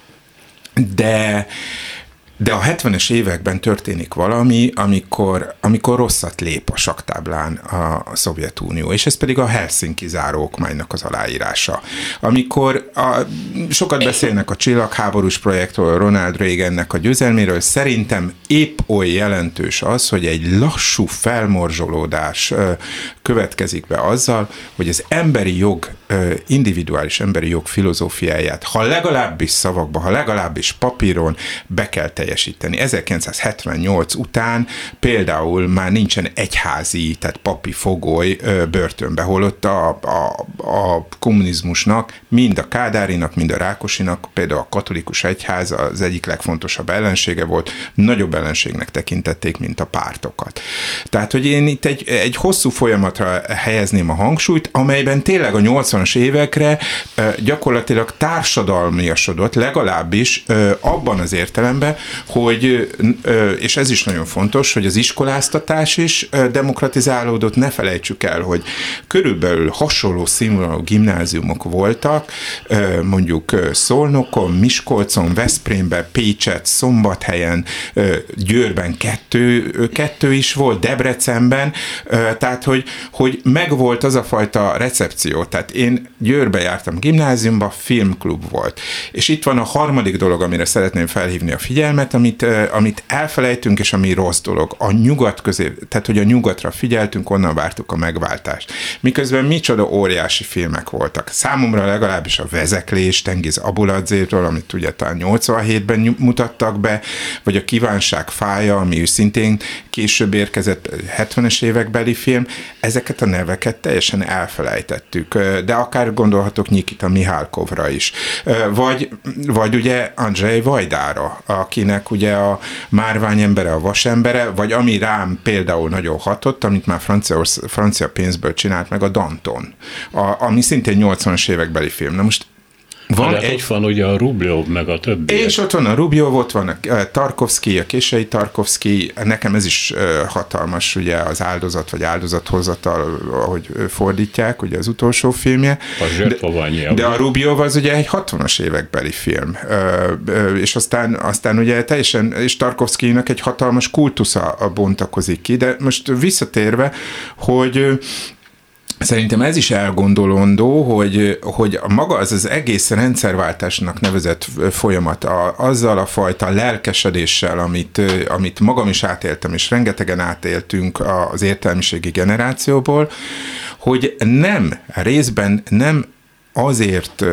De... De a hetvenes években történik valami, amikor, amikor rosszat lép a saktáblán a, a Szovjetunió, és ez pedig a Helsinki záró okmánynak az aláírása. Amikor a, sokat beszélnek a csillagháborús projektről, Ronald Reagannek a győzelméről, szerintem épp oly jelentős az, hogy egy lassú felmorzsolódás ö, következik be azzal, hogy az emberi jog, ö, individuális emberi jog filozófiáját, ha legalábbis szavakba, ha legalábbis papíron be kell teljesíteni. ezerkilencszázhetvennyolc után például már nincsen egyházi, tehát papi fogoly ö, börtönbe, holott a, a, a kommunizmusnak, mind a Kádárinak, mind a Rákosinak, például a katolikus egyház az egyik legfontosabb ellensége volt, nagyobb ellenségnek tekintették, mint a pártokat. Tehát, hogy én itt egy, egy hosszú folyamat folyamatra helyezném a hangsúlyt, amelyben tényleg a nyolcvanas évekre gyakorlatilag társadalmiasodott, legalábbis abban az értelemben, hogy, és ez is nagyon fontos, hogy az iskoláztatás is demokratizálódott, ne felejtsük el, hogy körülbelül hasonló színvonalú gimnáziumok voltak, mondjuk Szolnokon, Miskolcon, Veszprémben, Pécset, Szombathelyen, Győrben kettő, kettő is volt, Debrecenben, tehát, hogy, hogy megvolt az a fajta recepció. Tehát én Győrbe jártam gimnáziumba, filmklub volt. És itt van a harmadik dolog, amire szeretném felhívni a figyelmet, amit, amit elfelejtünk, és ami rossz dolog. A nyugat közé, tehát, hogy a nyugatra figyeltünk, onnan vártuk a megváltást. Miközben micsoda óriási filmek voltak. Számomra legalábbis a Vezeklés, Tengiz Abuladzétől, amit ugye talán nyolcvanhétben mutattak be, vagy a Kívánság fája, ami szintén később érkezett hetvenes évekbeli film, ezeket a neveket teljesen elfelejtettük. De akár gondolhatok Nyikita Mihálkovra is. Vagy, vagy ugye Andrzej Vajdára, akinek ugye a Márványembere, a Vasembere, vagy ami rám például nagyon hatott, amit már francia, francia pénzből csinált meg, a Danton, a, ami szintén nyolcvanas évekbeli film. Na most van egy... ott van ugye a Rubljov, meg a többi. És ott van a Rubljov, ott van a Tarkovszky, a kései Tarkovszky, nekem ez is hatalmas, ugye az áldozat, vagy áldozathozatal, ahogy fordítják, ugye az utolsó filmje. A de, de a Rubljov az ugye egy hatvanas évekbeli film. És aztán, aztán ugye teljesen, és Tarkovszkynak egy hatalmas kultusza bontakozik ki, de most visszatérve, hogy szerintem ez is elgondolandó, hogy, hogy maga az az egész rendszerváltásnak nevezett folyamat, a, azzal a fajta lelkesedéssel, amit, amit magam is átéltem, és rengetegen átéltünk az értelmiségi generációból, hogy nem, részben nem azért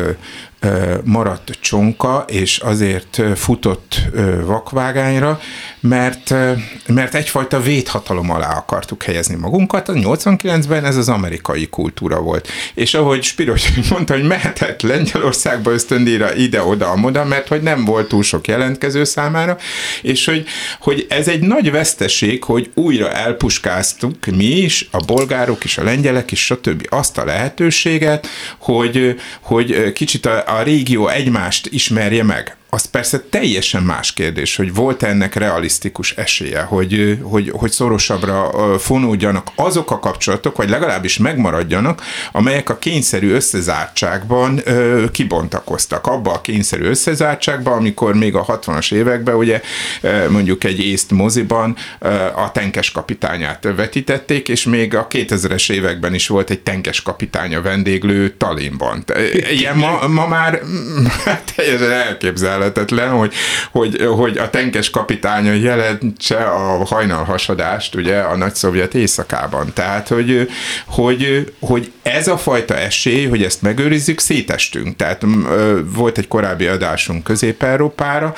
maradt csonka, és azért futott vakvágányra, mert, mert egyfajta védhatalom alá akartuk helyezni magunkat. A nyolcvankilencben ez az amerikai kultúra volt. És ahogy Spiros mondta, hogy mehetett Lengyelországba ösztöndíjra ide-oda-amoda, mert hogy nem volt túl sok jelentkező számára, és hogy, hogy ez egy nagy veszteség, hogy újra elpuskáztuk mi is, a bolgárok is, a lengyelek is, stb. Azt a lehetőséget, hogy, hogy kicsit a a régió egymást ismerje meg. Az persze teljesen más kérdés, hogy volt ennek realisztikus esélye, hogy, hogy, hogy szorosabbra fonódjanak azok a kapcsolatok, vagy legalábbis megmaradjanak, amelyek a kényszerű összezártságban ö, kibontakoztak. Abba a kényszerű összezártságban, amikor még a hatvanas években ugye mondjuk egy észt moziban a Tenkes kapitányát vetítették, és még a kétezres években is volt egy Tenkes kapitánya vendéglő Tallinnban. Ilyen ma, ma már teljesen elképzelhető, hogy, hogy, hogy a Tenkes kapitánya jelentse a hajnalhasadást ugye a nagyszovjet éjszakában. Tehát, hogy, hogy, hogy ez a fajta esély, hogy ezt megőrizzük, szétestünk. Tehát volt egy korábbi adásunk Közép-Európára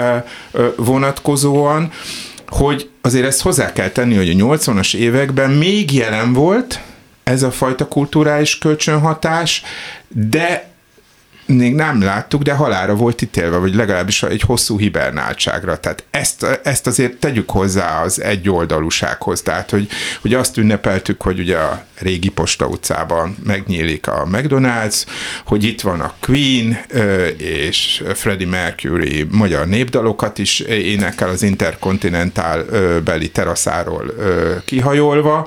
vonatkozóan, hogy azért ezt hozzá kell tenni, hogy a nyolcvanas években még jelen volt ez a fajta kulturális kölcsönhatás, de még nem láttuk, de halálra volt ítélve, vagy legalábbis egy hosszú hibernáltságra. Tehát ezt, ezt azért tegyük hozzá az egyoldalúsághoz. Tehát, hogy, hogy azt ünnepeltük, hogy ugye a régi Posta utcában megnyílik a McDonald's, hogy itt van a Queen, és Freddie Mercury magyar népdalokat is énekel az Intercontinental beli teraszáról kihajolva.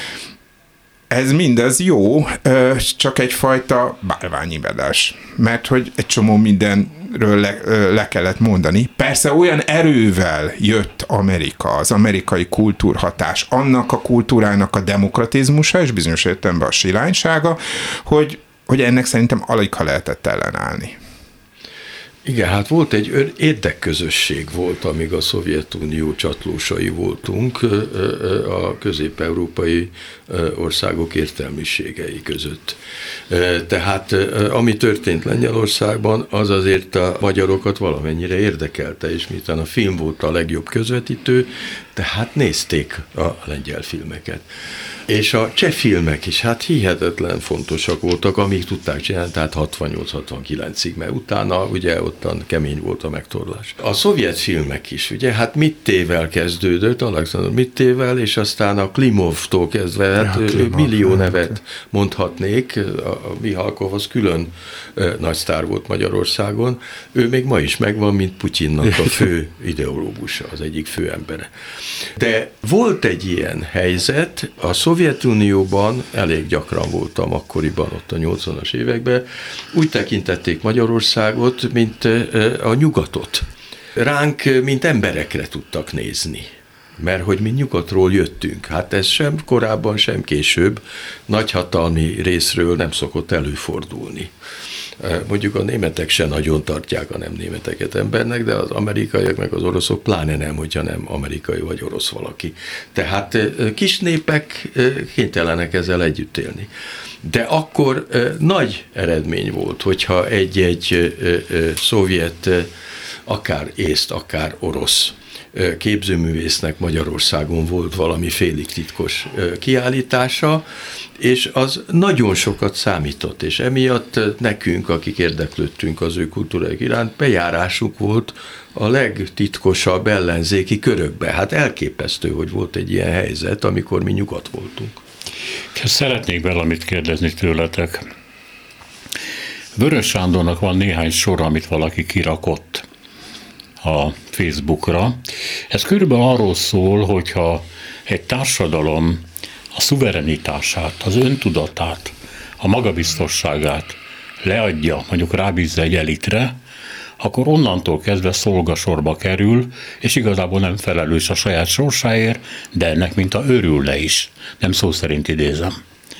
Ez mindez jó, csak egyfajta bálványimedás, mert hogy egy csomó mindenről le, le kellett mondani. Persze olyan erővel jött Amerika, az amerikai kultúrhatás, annak a kultúrának a demokratizmusa, és bizonyos értelemben a silánysága, hogy, hogy ennek szerintem alig-ha lehetett ellenállni. Igen, hát volt egy érdekközösség volt, amíg a Szovjetunió csatlósai voltunk a közép-európai országok értelmiségei között. Tehát ami történt Lengyelországban, az azért a magyarokat valamennyire érdekelte, és miután a film volt a legjobb közvetítő, tehát nézték a lengyel filmeket. És a cseh filmek is hát hihetetlen fontosak voltak, amíg tudták csinálni, tehát hatvannyolc hatvankilencig, mert utána ugye ottan kemény volt a megtorlás. A szovjet filmek is, ugye, hát Mittével kezdődött, Alexander Mittével, és aztán a Klimovtól kezdve, hát ja, Klimov, millió nevet mondhatnék, a Mihalkov az külön nagy sztár volt Magyarországon, ő még ma is megvan, mint Putyinnak a fő ideológusa, az egyik fő embere. De volt egy ilyen helyzet, a Szovjetunióban elég gyakran voltam akkoriban, ott a nyolcvanas években, úgy tekintették Magyarországot, mint a nyugatot. Ránk, mint emberekre tudtak nézni, mert hogy mi nyugatról jöttünk. Hát ez sem korábban, sem később nagyhatalmi részről nem szokott előfordulni. Mondjuk a németek se nagyon tartják a nem németeket embernek, de az amerikaiak meg az oroszok pláne nem, hogyha nem amerikai vagy orosz valaki. Tehát kis népek kénytelenek ezzel együtt élni. De akkor nagy eredmény volt, hogyha egy-egy szovjet, akár észt, akár orosz képzőművésznek Magyarországon volt valami félig titkos kiállítása, és az nagyon sokat számított, és emiatt nekünk, akik érdeklődtünk az ő kultúrájuk iránt, bejárásuk volt a legtitkosabb ellenzéki körökbe. Hát elképesztő, hogy volt egy ilyen helyzet, amikor mi nyugat voltunk. Szeretnék valamit kérdezni tőletek. Vörös Sándornak van néhány sor, amit valaki kirakott a Facebookra. Ez körülbelül arról szól, hogyha egy társadalom a szuverenitását, az öntudatát, a magabiztosságát leadja, mondjuk rábízza egy elitre, akkor onnantól kezdve szolgasorba kerül, és igazából nem felelős a saját sorsáért, de ennek mintha örülne is. Nem szó szerint idézem.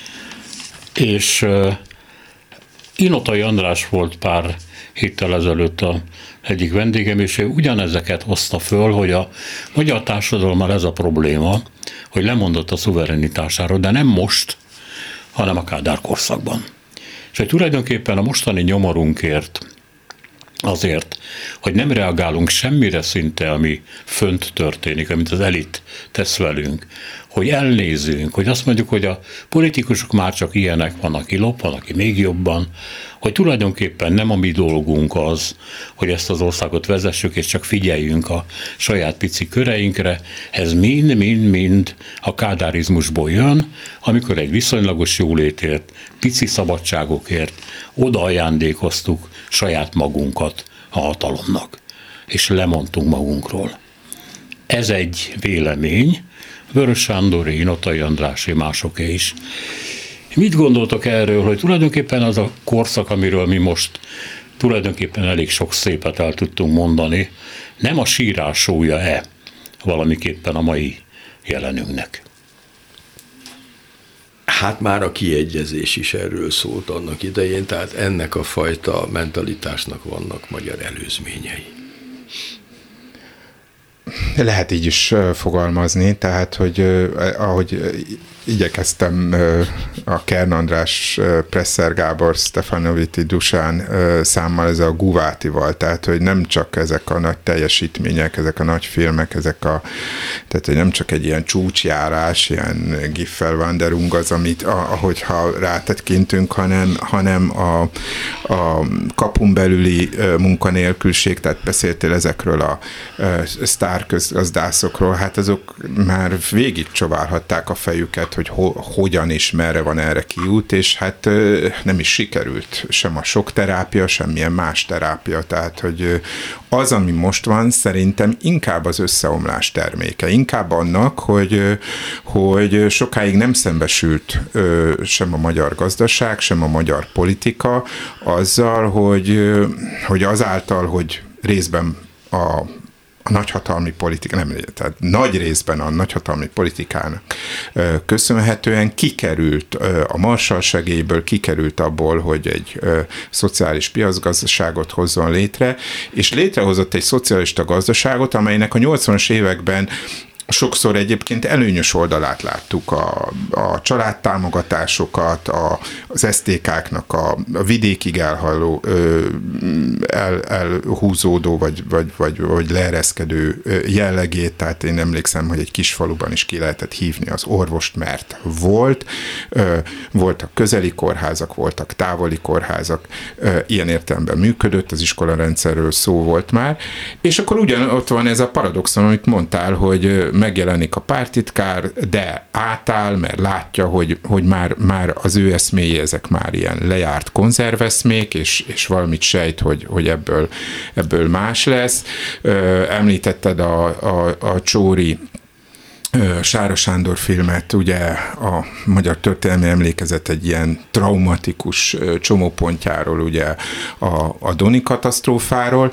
És uh, Inotai András volt pár héttel ezelőtt a egyik vendégem, és ő ugyanezeket hozta föl, hogy a magyar társadalommal ez a probléma, hogy lemondott a szuverenitásáról, de nem most, hanem a Kádár korszakban. És hogy tulajdonképpen a mostani nyomorunkért, azért, hogy nem reagálunk semmire szinte, ami fönt történik, amit az elit tesz velünk, hogy elnézünk, hogy azt mondjuk, hogy a politikusok már csak ilyenek, van, aki lop, van, aki még jobban, hogy tulajdonképpen nem a mi dolgunk az, hogy ezt az országot vezessük, és csak figyeljünk a saját pici köreinkre, ez mind-mind-mind a kádárizmusból jön, amikor egy viszonylagos jólétért, pici szabadságokért oda ajándékoztuk saját magunkat a hatalomnak, és lemondtunk magunkról. Ez egy vélemény, Vörös Sándoré, Inotai Andrásé, másoké is. Mit gondoltok erről, hogy tulajdonképpen az a korszak, amiről mi most tulajdonképpen elég sok szépet el tudtunk mondani, nem a sírás súlya-e valamiképpen a mai jelenünknek? Hát már a kiegyezés is erről szólt annak idején, tehát ennek a fajta mentalitásnak vannak magyar előzményei. Lehet így is fogalmazni, tehát, hogy ahogy igyekeztem a Kern András, Presser Gábor, Stefanoviti Dusán számmal, ez a Guvátival, tehát, hogy nem csak ezek a nagy teljesítmények, ezek a nagy filmek, ezek a, tehát, hogy nem csak egy ilyen csúcsjárás, ilyen Giffelwanderung az, amit, ahogyha rátekintünk, hanem, hanem a, a kapun belüli munkanélküliség, tehát beszéltél ezekről a sztárközgazdászokról, hát azok már végigcsoválhatták a fejüket, hogy ho, hogyan és merre van erre kiút, és hát nem is sikerült sem a sok terápia, semmilyen más terápia, tehát hogy az, ami most van, szerintem inkább az összeomlás terméke, inkább annak, hogy, hogy sokáig nem szembesült sem a magyar gazdaság, sem a magyar politika azzal, hogy, hogy azáltal, hogy részben a a nagyhatalmi politika, nem, tehát nagy részben a nagyhatalmi politikának köszönhetően kikerült a Marshall segélyből, kikerült abból, hogy egy szociális piacgazdaságot hozzon létre, és létrehozott egy szocialista gazdaságot, amelynek a nyolcvanas években sokszor egyébként előnyös oldalát láttuk, a, a családtámogatásokat, a, az es té ká-knak a, a vidékig elhalló, el, elhúzódó vagy, vagy, vagy, vagy leereszkedő jellegét, tehát én emlékszem, hogy egy kis faluban is ki lehetett hívni az orvost, mert volt, voltak közeli kórházak, voltak távoli kórházak, ilyen értelemben működött, az iskolarendszerről szó volt már, és akkor ugyan ott van ez a paradoxon, amit mondtál, hogy megjelenik a pártitkár, de átáll, mert látja, hogy, hogy már, már az ő eszméi, ezek már ilyen lejárt konzerveszmék, és, és valamit sejt, hogy, hogy ebből, ebből más lesz. Említetted a, a, a Csóri Sára Sándor filmet, ugye a Magyar Történelmi Emlékezet egy ilyen traumatikus csomópontjáról, ugye a, a Doni katasztrófáról,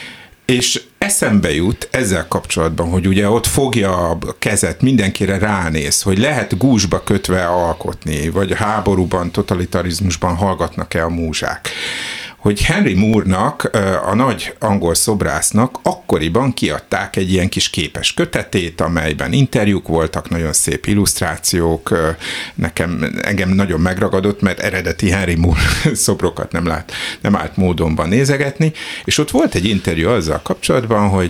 és eszembe jut ezzel kapcsolatban, hogy ugye ott fogja a kezet, mindenkire ránéz, hogy lehet gúzsba kötve alkotni, vagy a háborúban, totalitarizmusban hallgatnak-e a múzsák. Hogy Henry Moore-nak, a nagy angol szobrásznak akkoriban kiadták egy ilyen kis képes kötetét, amelyben interjúk voltak, nagyon szép illusztrációk, nekem, engem nagyon megragadott, mert eredeti Henry Moore szobrokat nem, lát, nem állt módonban nézegetni, és ott volt egy interjú azzal kapcsolatban, hogy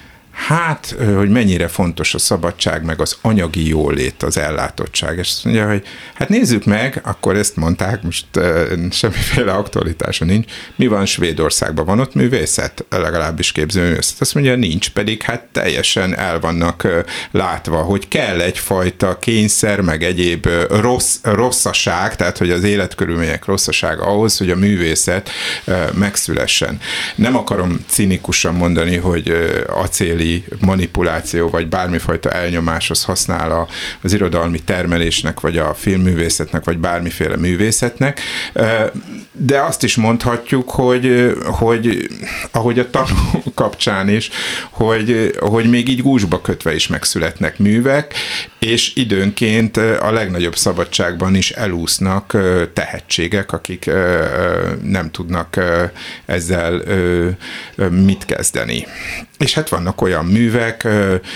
hát, hogy mennyire fontos a szabadság, meg az anyagi jólét, az ellátottság. És azt mondja, hogy hát nézzük meg, akkor ezt mondták, most semmiféle aktualitása nincs. Mi van Svédországban? Van ott művészet? Legalábbis képzőművészet. Azt mondja, nincs, pedig hát teljesen el vannak látva, hogy kell egyfajta kényszer, meg egyéb rossz, rosszaság, tehát hogy az életkörülmények rosszaság ahhoz, hogy a művészet megszülessen. Nem akarom cinikusan mondani, hogy acéli manipuláció, vagy bármifajta elnyomáshoz használ a, az irodalmi termelésnek, vagy a filmművészetnek, vagy bármiféle művészetnek, de azt is mondhatjuk, hogy, hogy ahogy a tanú kapcsán is, hogy, hogy még így gúzsba kötve is megszületnek művek, és időnként a legnagyobb szabadságban is elúsznak tehetségek, akik nem tudnak ezzel mit kezdeni. És hát vannak olyan művek,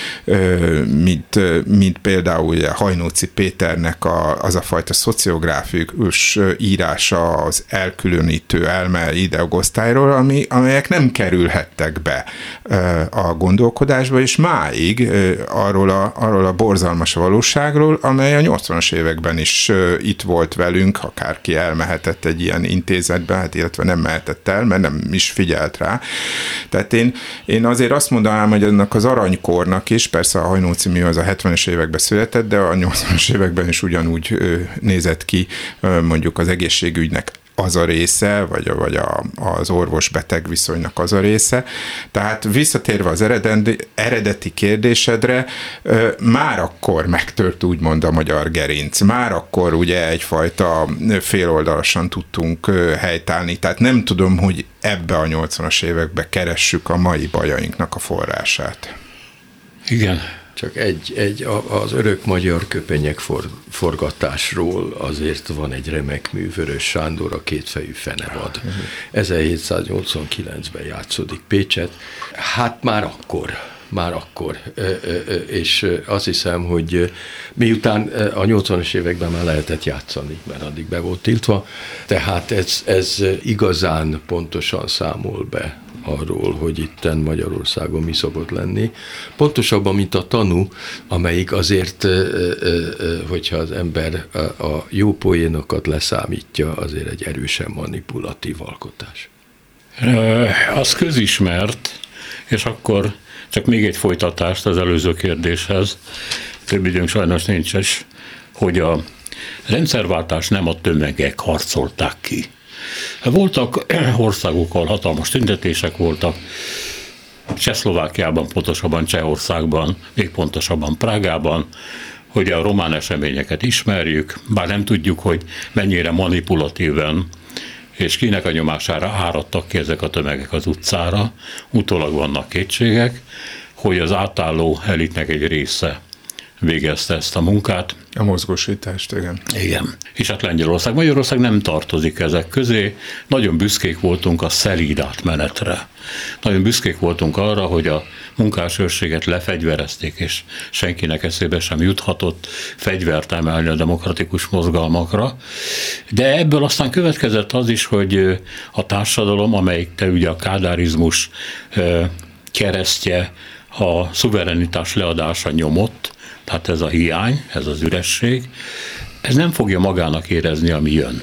mint, mint például Hajnóci Péternek a, az a fajta szociográfikus írása az elkülönítő elme ideogosztályról, ami, amelyek nem kerülhettek be a gondolkodásba, és máig arról a, arról a borzalmas valóságról, amely a nyolcvanas években is itt volt velünk, akárki elmehetett egy ilyen intézetbe, hát illetve nem mehetett el, mert nem is figyelt rá. Tehát én, én azért azt mondanám, hogy annak az aranykornak is, persze a Hajnóci mű az a hetvenes években született, de a nyolcvanas években is ugyanúgy nézett ki mondjuk az egészségügynek az a része, vagy, vagy a, az orvos-beteg viszonynak az a része. Tehát visszatérve az eredeti, eredeti kérdésedre, már akkor megtört úgymond a magyar gerinc. Már akkor ugye egyfajta féloldalasan tudtunk helytállni. Tehát nem tudom, hogy ebbe a nyolcvanas évekbe keressük a mai bajainknak a forrását. Igen. Csak egy, egy az örök magyar köpenyek for, forgatásról azért van egy remek mű, Vörös Sándor, a kétfejű fenevad. ezerhétszáznyolcvankilencben játszódik Pécset. Hát már akkor, már akkor. És azt hiszem, hogy miután a nyolcvanas években már lehetett játszani, mert addig be volt tiltva, tehát ez, ez igazán pontosan számol be arról, hogy itten Magyarországon mi szokott lenni. Pontosabban, mint a tanú, amelyik azért, hogyha az ember a jó poénokat leszámítja, azért egy erősen manipulatív alkotás. Az közismert, és akkor csak még egy folytatást az előző kérdéshez, több időnk sajnos nincs is, hogy a rendszerváltás nem a tömegek harcolták ki. Voltak országokkal hatalmas tüntetések voltak, Csehszlovákiában, pontosabban Csehországban, még pontosabban Prágában, hogy a román eseményeket ismerjük, bár nem tudjuk, hogy mennyire manipulatíven és kinek a nyomására áradtak ki ezek a tömegek az utcára. Utólag vannak kétségek, hogy az átálló elitnek egy része végezte ezt a munkát. A mozgósítást, igen. Igen. És hát Lengyelország, Magyarország nem tartozik ezek közé. Nagyon büszkék voltunk a szelíd átmenetre. Nagyon büszkék voltunk arra, hogy a munkásőrséget lefegyverezték, és senkinek eszébe sem juthatott fegyvert emelni a demokratikus mozgalmakra. De ebből aztán következett az is, hogy a társadalom, amelyik te ugye a kádárizmus keresztje, a szuverenitás leadása nyomott, tehát ez a hiány, ez az üresség, ez nem fogja magának érezni, ami jön.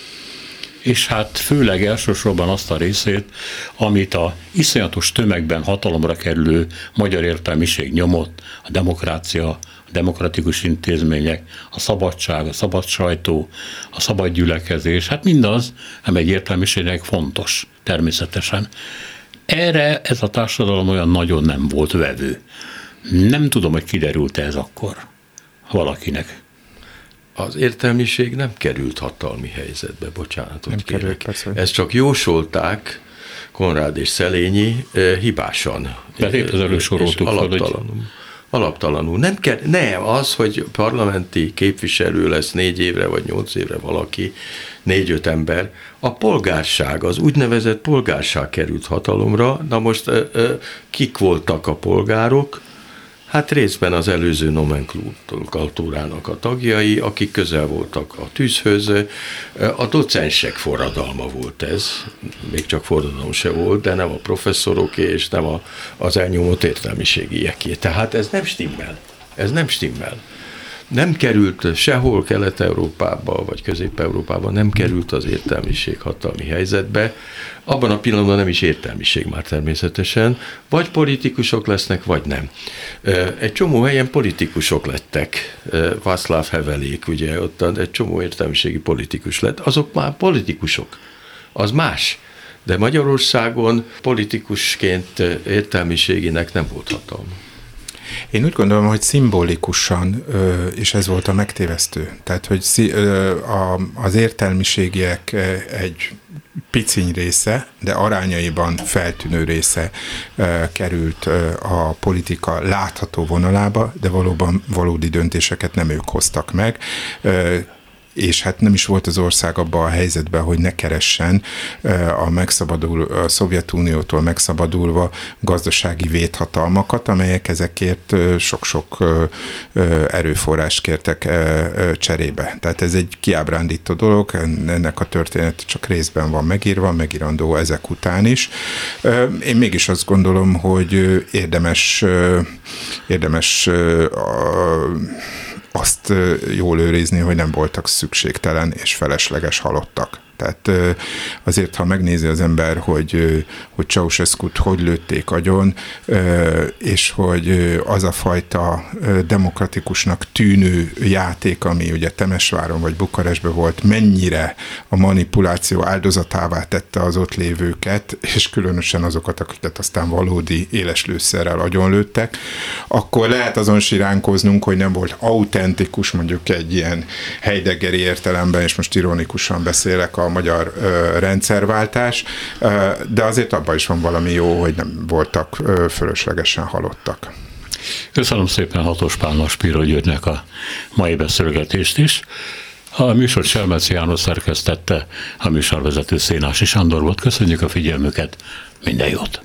És hát főleg elsősorban azt a részét, amit a iszonyatos tömegben hatalomra kerülő magyar értelmiség nyomott, a demokrácia, a demokratikus intézmények, a szabadság, a szabad sajtó, a szabad gyülekezés, hát mindaz, ami egy értelmiségnek fontos, természetesen. Erre ez a társadalom olyan nagyon nem volt vevő. Nem tudom, hogy kiderült ez akkor valakinek. Az értelmiség nem került hatalmi helyzetbe, bocsánatot nem kérek. Került, persze. Ezt csak jósolták Konrád és Szelényi eh, hibásan. De épp az elősoroltuk. Alaptalanul. Alaptalanul. Nem, kell, nem az, hogy parlamenti képviselő lesz négy évre vagy nyolc évre valaki, négy-öt ember. A polgárság, az úgynevezett polgárság került hatalomra. Na most ö, ö, kik voltak a polgárok? Hát részben az előző nomenklatúrának a tagjai, akik közel voltak a tűzhöz. A docensek forradalma volt ez, még csak forradalom se volt, de nem a professzoroké és nem a, az elnyomott értelmiségieké. Tehát ez nem stimmel. Ez nem stimmel. Nem került sehol Kelet-Európába, vagy Közép-Európában, nem került az értelmiség hatalmi helyzetbe. Abban a pillanatban nem is értelmiség már természetesen. Vagy politikusok lesznek, vagy nem. Egy csomó helyen politikusok lettek. Václav Hevelék, ugye, ott egy csomó értelmiségi politikus lett. Azok már politikusok. Az más. De Magyarországon politikusként értelmiségiek nem volt hatalma. Én úgy gondolom, hogy szimbolikusan, és ez volt a megtévesztő, tehát, hogy az értelmiségiek egy piciny része, de arányaiban feltűnő része került a politika látható vonalába, de valóban valódi döntéseket nem ők hoztak meg, és hát nem is volt az ország abban a helyzetben, hogy ne keressen a, megszabadul, a Szovjetuniótól megszabadulva gazdasági védhatalmakat, amelyek ezekért sok-sok erőforrást kértek cserébe. Tehát ez egy kiábrándító dolog, ennek a történet csak részben van megírva, megírandó ezek után is. Én mégis azt gondolom, hogy érdemes, érdemes azt jól őrizni, hogy nem voltak szükségtelen és felesleges halottak. Tehát azért, ha megnézi az ember, hogy, hogy Ceausescut hogy lőtték agyon, és hogy az a fajta demokratikusnak tűnő játék, ami ugye Temesváron vagy Bukarestben volt, mennyire a manipuláció áldozatává tette az ott lévőket, és különösen azokat, akiket aztán valódi éles lőszerrel agyonlőttek, akkor lehet azon siránkoznunk, hogy nem volt autentikus, mondjuk egy ilyen heideggeri értelemben, és most ironikusan beszélek, a magyar ö, rendszerváltás, ö, de azért abban is van valami jó, hogy nem voltak ö, fölöslegesen halottak. Köszönöm szépen Hatos Pálnak, Spiro Györgynek a mai beszélgetést is. A műsor Selmeci János szerkesztette, a műsorvezető Szénási Sándor volt. Köszönjük a figyelmüket, minden jót!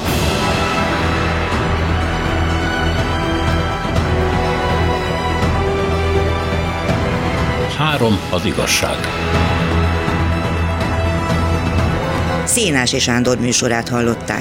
Három az igazság. Szénási Sándor műsorát hallották.